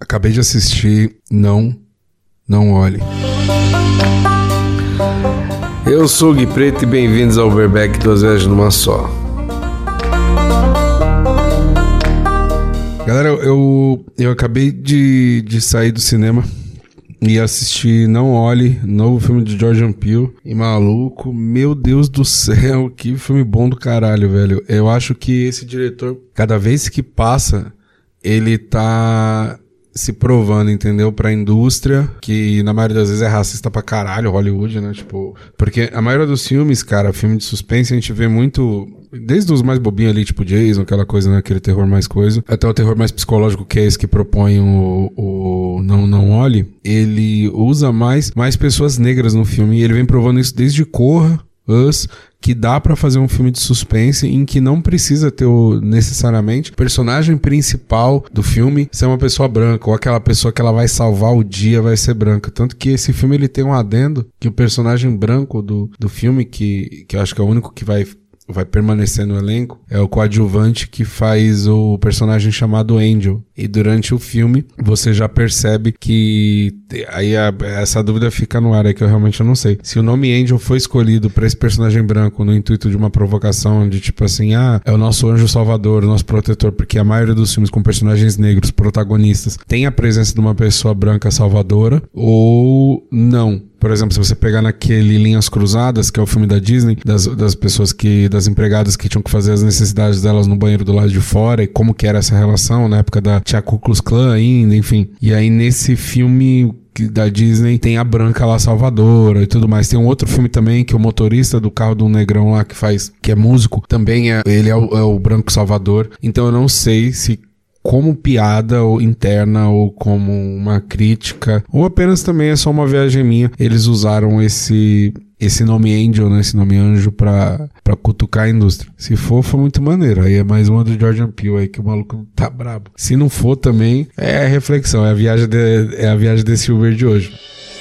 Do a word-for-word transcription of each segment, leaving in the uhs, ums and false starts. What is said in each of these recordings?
Acabei de assistir Não, Não Olhe. Eu sou o Gui Preto e bem-vindos ao Uberback Duas Viagens Numa Só. Galera, eu, eu acabei de, de sair do cinema e assisti Não Olhe, novo filme de Jordan Peele. E maluco, meu Deus do céu, que filme bom do caralho, velho. Eu acho que esse diretor, cada vez que passa, ele tá se provando, entendeu? Pra indústria, que na maioria das vezes é racista pra caralho, Hollywood, né? Tipo, porque a maioria dos filmes, cara, filme de suspense, a gente vê muito, desde os mais bobinhos ali, tipo Jason, aquela coisa, né? Aquele terror mais coisa, até o terror mais psicológico, que é esse que propõe o, o Não, Não Olhe. Ele usa mais, mais pessoas negras no filme, e ele vem provando isso desde Corra, Us, que dá pra fazer um filme de suspense em que não precisa ter o, necessariamente o personagem principal do filme ser uma pessoa branca, ou aquela pessoa que ela vai salvar o dia vai ser branca. Tanto que esse filme ele tem um adendo que o personagem branco do, do filme, que, que eu acho que é o único que vai vai permanecer no elenco, é o coadjuvante que faz o personagem chamado Angel. E durante o filme, você já percebe que... Aí a, essa dúvida fica no ar, é que eu realmente não sei. Se o nome Angel foi escolhido pra esse personagem branco no intuito de uma provocação, de tipo assim, ah, é o nosso anjo salvador, o nosso protetor, porque a maioria dos filmes com personagens negros, protagonistas, tem a presença de uma pessoa branca salvadora, ou não. Por exemplo, se você pegar naquele Linhas Cruzadas, que é o filme da Disney, das, das pessoas que, das empregadas que tinham que fazer as necessidades delas no banheiro do lado de fora, e como que era essa relação na época da Tia Ku Klux Klan ainda, enfim. E aí nesse filme da Disney tem a branca lá salvadora e tudo mais. Tem um outro filme também que o motorista do carro do negrão lá que faz, que é músico, também é, ele é o, é o branco salvador. Então eu não sei se como piada ou interna ou como uma crítica, ou apenas também é só uma viagem minha, eles usaram esse esse nome Angel, né, esse nome anjo pra, pra cutucar a indústria. Se for, foi muito maneiro. Aí é mais uma do Jordan Peele aí que o maluco tá brabo. Se não for também, é a reflexão, é a viagem, de, é a viagem desse Uber de hoje.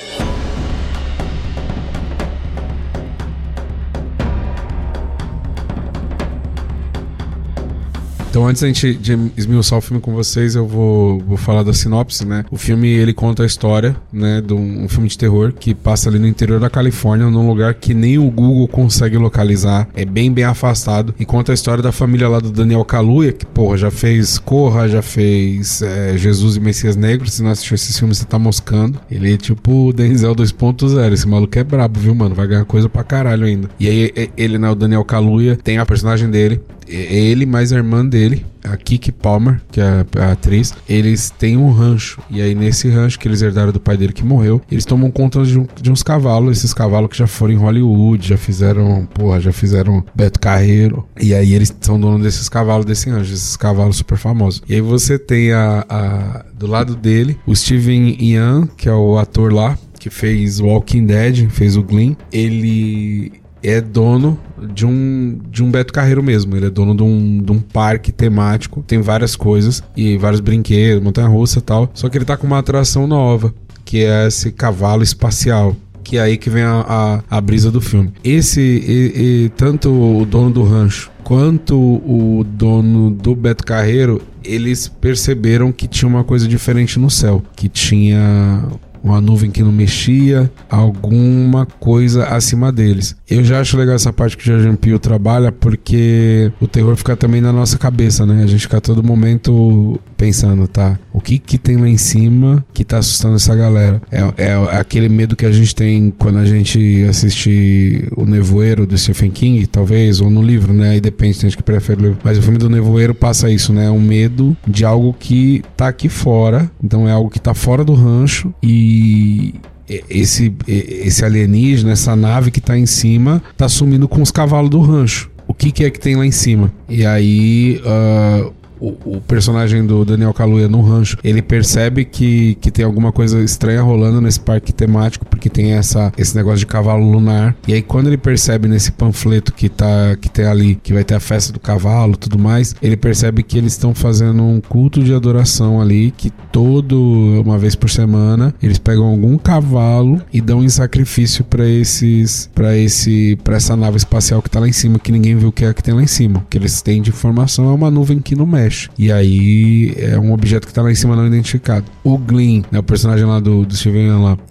Então, antes da gente de esmiuçar o filme com vocês, eu vou, vou falar da sinopse, né? O filme, ele conta a história, né, de um, um filme de terror que passa ali no interior da Califórnia, num lugar que nem o Google consegue localizar. É bem, bem afastado. E conta a história da família lá do Daniel Kaluuya, que, porra, já fez Corra, já fez é, Jesus e Messias Negro. Se não assistiu esse filme, você tá moscando. Ele é tipo o Denzel dois ponto zero. Esse maluco é brabo, viu, mano? Vai ganhar coisa pra caralho ainda. E aí, ele, né, o Daniel Kaluuya, tem a personagem dele, ele mais a irmã dele, a Keke Palmer, que é a atriz, eles têm um rancho. E aí nesse rancho que eles herdaram do pai dele que morreu, eles tomam conta de, um, de uns cavalos, esses cavalos que já foram em Hollywood, já fizeram, porra, já fizeram Beto Carreiro. E aí eles são donos desses cavalos desse rancho, esses cavalos super famosos. E aí você tem a, a do lado dele, o Steven Yeun, que é o ator lá, que fez Walking Dead, fez o Glenn. Ele é dono de um, de um Beto Carreiro mesmo. Ele é dono de um, de um parque temático. Tem várias coisas e vários brinquedos, montanha-russa e tal. Só que ele tá com uma atração nova, que é esse cavalo espacial. Que é aí que vem a, a, a brisa do filme. Esse, e, e, tanto o dono do rancho quanto o dono do Beto Carreiro, eles perceberam que tinha uma coisa diferente no céu. Que tinha uma nuvem que não mexia, alguma coisa acima deles. Eu já acho legal essa parte que o Jordan Peele trabalha, porque o terror fica também na nossa cabeça, né? A gente fica a todo momento pensando, tá? O que que tem lá em cima que tá assustando essa galera? É, é aquele medo que a gente tem quando a gente assiste O Nevoeiro do Stephen King, talvez, ou no livro, né? Aí depende, tem gente que prefere o livro. Mas o filme do Nevoeiro passa isso, né? Um medo de algo que tá aqui fora, então é algo que tá fora do rancho e E esse, esse alienígena, essa nave que tá em cima, tá sumindo com os cavalos do rancho. O que, que é que tem lá em cima? E aí uh, o, o personagem do Daniel Kaluuya no rancho, ele percebe que, que tem alguma coisa estranha rolando nesse parque temático, porque tem essa, esse negócio de cavalo lunar. E aí quando ele percebe nesse panfleto que, tá, que tem ali, que vai ter a festa do cavalo, tudo mais, ele percebe que eles estão fazendo um culto de adoração ali, que todo, uma vez por semana, eles pegam algum cavalo e dão em sacrifício para esses, para esse, para essa nave espacial que tá lá em cima, que ninguém viu o que é que tem lá em cima. O que eles têm de informação é uma nuvem que não mexe. mexe. E aí é um objeto que tá lá em cima não identificado. O Glenn, né, o personagem lá do, do Steven Yeun lá,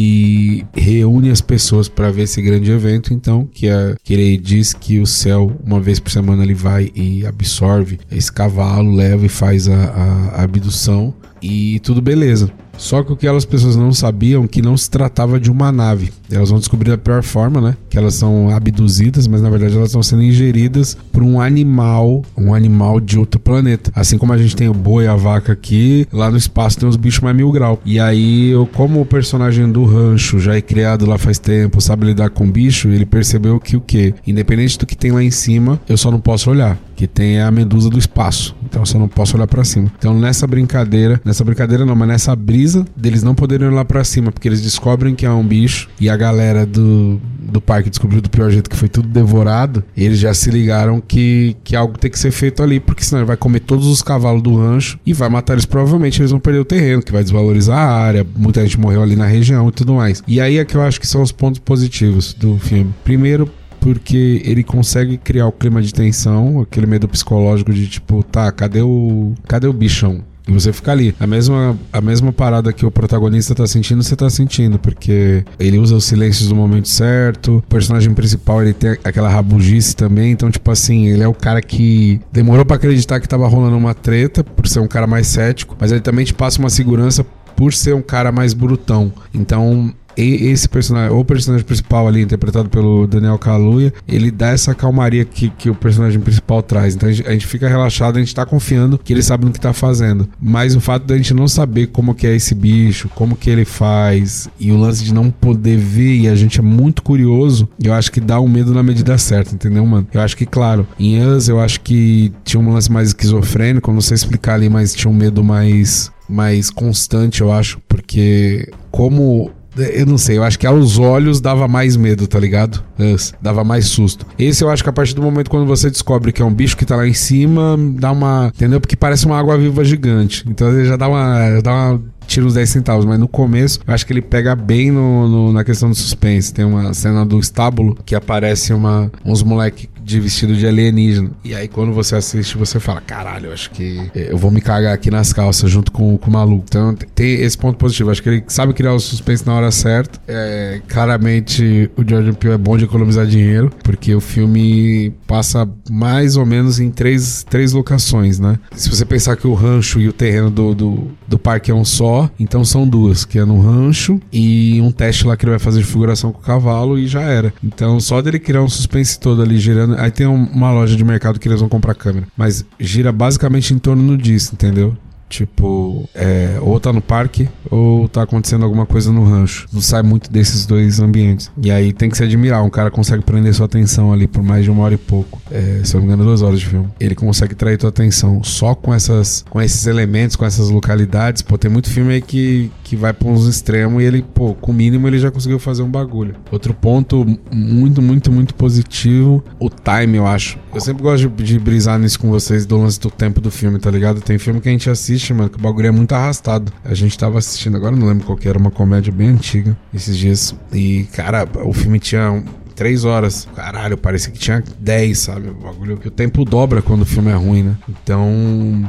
ele reúne as pessoas para ver esse grande evento, então, que, é, que ele diz que o céu, uma vez por semana, ele vai e absorve esse cavalo, leva e faz a, a, a abdução e tudo beleza. Só que o que aquelas pessoas não sabiam que não se tratava de uma nave. Elas vão descobrir da pior forma, né? Que elas são abduzidas, mas na verdade elas estão sendo ingeridas por um animal, um animal de outro planeta. Assim como a gente tem o boi e a vaca aqui, lá no espaço tem os bichos mais mil grau. E aí, eu, como o personagem do rancho já é criado lá faz tempo, sabe lidar com bicho, ele percebeu que o quê? Independente do que tem lá em cima, eu só não posso olhar. Que tem a medusa do espaço. Então eu só não posso olhar pra cima. Então nessa brincadeira, nessa brincadeira não, mas nessa brisa deles não poderem olhar pra cima, porque eles descobrem que é um bicho e a galera do, do parque descobriu do pior jeito que foi tudo devorado, eles já se ligaram que, que algo tem que ser feito ali, porque senão ele vai comer todos os cavalos do rancho e vai matar eles. Provavelmente eles vão perder o terreno, que vai desvalorizar a área, muita gente morreu ali na região e tudo mais. E aí é que eu acho que são os pontos positivos do filme. Primeiro, porque ele consegue criar o clima de tensão, aquele medo psicológico de tipo, tá, cadê o cadê o bichão? E você fica ali. A mesma, a mesma parada que o protagonista tá sentindo, você tá sentindo, porque ele usa os silêncios do momento certo, o personagem principal, ele tem aquela rabugice também, então tipo assim, ele é o cara que demorou pra acreditar que tava rolando uma treta, por ser um cara mais cético, mas ele também te passa uma segurança por ser um cara mais brutão. Então, e esse personagem, o personagem principal ali, interpretado pelo Daniel Kaluuya, ele dá essa calmaria que, que o personagem principal traz. Então a gente, a gente fica relaxado, a gente tá confiando que ele sabe no que tá fazendo. Mas o fato da gente não saber como que é esse bicho, como que ele faz, e o lance de não poder ver, e a gente é muito curioso, eu acho que dá um medo na medida certa, entendeu, mano? Eu acho que, claro, em Us eu acho que tinha um lance mais esquizofrênico, não sei explicar ali, mas tinha um medo mais, mais constante, eu acho, porque como... Eu não sei, eu acho que aos olhos dava mais medo, tá ligado? Yes, dava mais susto. Esse eu acho que a partir do momento quando você descobre que é um bicho que tá lá em cima, dá uma... Entendeu? Porque parece uma água-viva gigante. Então ele já dá uma... Já dá uma... tira uns dez centavos, mas no começo eu acho que ele pega bem no, no, na questão do suspense. Tem uma cena do estábulo que aparece uma, uns moleque de vestido de alienígena, e aí quando você assiste você fala, caralho, eu acho que eu vou me cagar aqui nas calças junto com, com o maluco. Então tem esse ponto positivo, acho que ele sabe criar o suspense na hora certa. É, claramente o Jordan Peele é bom de economizar dinheiro, porque o filme passa mais ou menos em três, três locações, né? Se você pensar que o rancho e o terreno do, do, do parque é um só, então são duas, que é no rancho e um teste lá que ele vai fazer de figuração com o cavalo e já era. Então só dele criar um suspense todo ali girando, aí tem uma loja de mercado que eles vão comprar câmera, mas gira basicamente em torno disso, entendeu? Tipo, é, ou tá no parque ou tá acontecendo alguma coisa no rancho. Não sai muito desses dois ambientes. E aí tem que se admirar. Um cara consegue prender sua atenção ali por mais de uma hora e pouco. É, se eu não me engano, duas horas de filme. Ele consegue trair tua atenção só com, essas, com esses elementos, com essas localidades. Pô, tem muito filme aí que, que vai pra uns extremos e ele, pô, com o mínimo ele já conseguiu fazer um bagulho. Outro ponto muito, muito, muito positivo, o time, eu acho. Eu sempre gosto de, de brisar nisso com vocês, do lance do tempo do filme, tá ligado? Tem filme que a gente assiste, mano, que o bagulho é muito arrastado. A gente tava assistindo, agora não lembro qual que era, uma comédia bem antiga esses dias. E, cara, o filme tinha um, três horas. Caralho, parecia que tinha dez, sabe? O bagulho que o tempo dobra quando o filme é ruim, né? Então,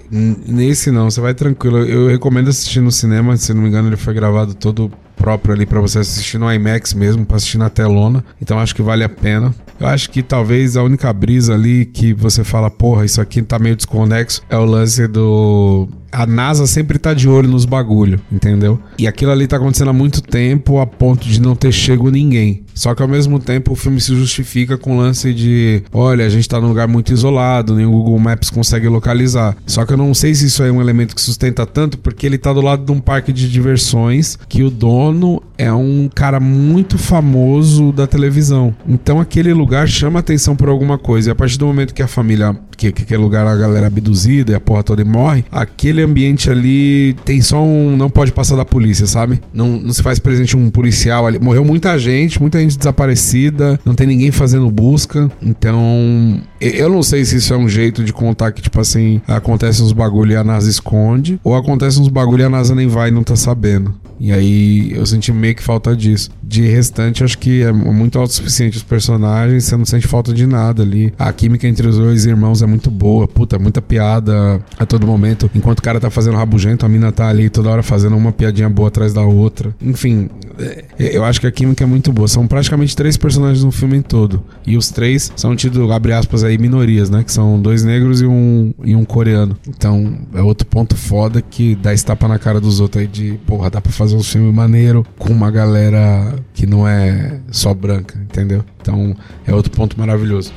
nesse não, você vai tranquilo. Eu recomendo assistir no cinema, se não me engano, ele foi gravado todo próprio ali pra você assistir no IMAX mesmo, pra assistir na telona. Então acho que vale a pena. Eu acho que talvez a única brisa ali que você fala, porra, isso aqui tá meio desconexo, é o lance do... A NASA sempre tá de olho nos bagulho, entendeu? E aquilo ali tá acontecendo há muito tempo, a ponto de não ter chego ninguém. Só que ao mesmo tempo o filme se justifica com o lance de, olha, a gente tá num lugar muito isolado, nem o Google Maps consegue localizar. Só que eu não sei se isso é um elemento que sustenta tanto, porque ele tá do lado de um parque de diversões que o dono é um cara muito famoso da televisão. Então aquele lugar chama atenção por alguma coisa. E a partir do momento que a família, que, que aquele lugar a galera é abduzida e a porra toda morre, aquele ambiente ali tem só um... Não pode passar da polícia, sabe? Não, não se faz presente um policial ali. Morreu muita gente, muita gente desaparecida, não tem ninguém fazendo busca. Então, eu não sei se isso é um jeito de contar que, tipo assim, acontece uns bagulho e a NASA esconde, ou acontece uns bagulho e a NASA nem vai e não tá sabendo. E aí eu senti meio que falta disso. De restante, acho que é muito autossuficiente os personagens, você não sente falta de nada ali. A química entre os dois irmãos é muito boa, puta, muita piada a todo momento. Enquanto o cara tá fazendo rabugento, a mina tá ali toda hora fazendo uma piadinha boa atrás da outra. Enfim, eu acho que a química é muito boa. São praticamente três personagens no filme todo. E os três são tidos, abre aspas aí, minorias, né? Que são dois negros e um, e um coreano. Então, é outro ponto foda que dá esse tapa na cara dos outros aí de, porra, dá pra fazer um filme maneiro com uma galera que não é só branca, entendeu? Então, é outro ponto maravilhoso.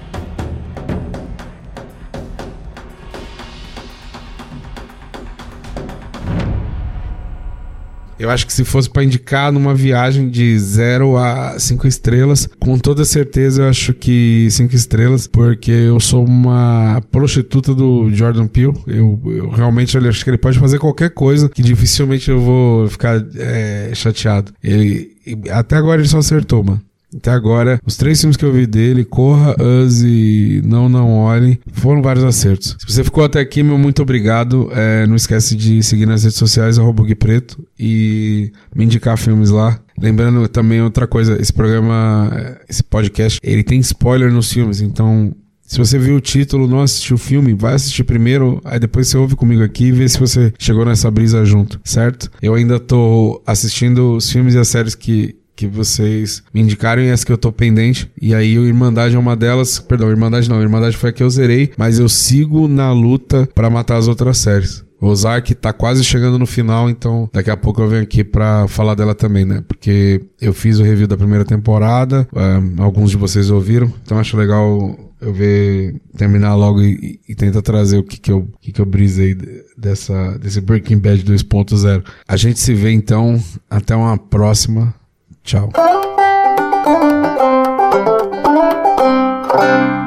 Eu acho que se fosse pra indicar numa viagem de zero a cinco estrelas, com toda certeza eu acho que cinco estrelas, porque eu sou uma prostituta do Jordan Peele. Eu, eu realmente eu acho que ele pode fazer qualquer coisa que dificilmente eu vou ficar é, chateado. Ele, até agora ele só acertou, mano. Até agora, os três filmes que eu vi dele, Corra, Us e Não Não Olhe, foram vários acertos. Se você ficou até aqui, meu muito obrigado. É, não esquece de seguir nas redes sociais, arroba Gui Preto, e me indicar filmes lá. Lembrando também outra coisa, esse programa, esse podcast, ele tem spoiler nos filmes, então se você viu o título, não assistiu o filme, vai assistir primeiro, aí depois você ouve comigo aqui e vê se você chegou nessa brisa junto, certo? Eu ainda tô assistindo os filmes e as séries que que vocês me indicaram e essa que eu tô pendente. E aí o Irmandade é uma delas. Perdão, Irmandade não. Irmandade foi a que eu zerei. Mas eu sigo na luta pra matar as outras séries. Ozark tá quase chegando no final, então daqui a pouco eu venho aqui pra falar dela também, né? Porque eu fiz o review da primeira temporada, um, alguns de vocês ouviram, então acho legal eu ver, terminar logo e, e tentar trazer o que que eu, o que que eu brisei dessa, desse Breaking Bad dois ponto zero. A gente se vê então, até uma próxima. Tchau.